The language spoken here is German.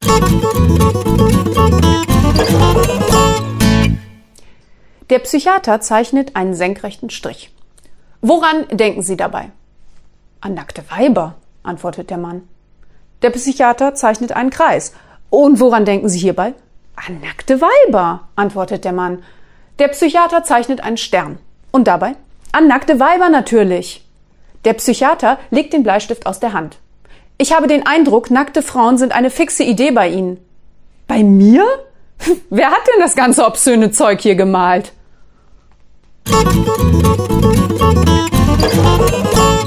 Der Psychiater zeichnet einen senkrechten Strich. Woran denken Sie dabei? An nackte Weiber, antwortet der Mann. Der Psychiater zeichnet einen Kreis. Und woran denken Sie hierbei? An nackte Weiber, antwortet der Mann. Der Psychiater zeichnet einen Stern. Und dabei? An nackte Weiber natürlich. Der Psychiater legt den Bleistift aus der Hand. Ich habe den Eindruck, nackte Frauen sind eine fixe Idee bei Ihnen. Bei mir? Wer hat denn das ganze obszöne Zeug hier gemalt?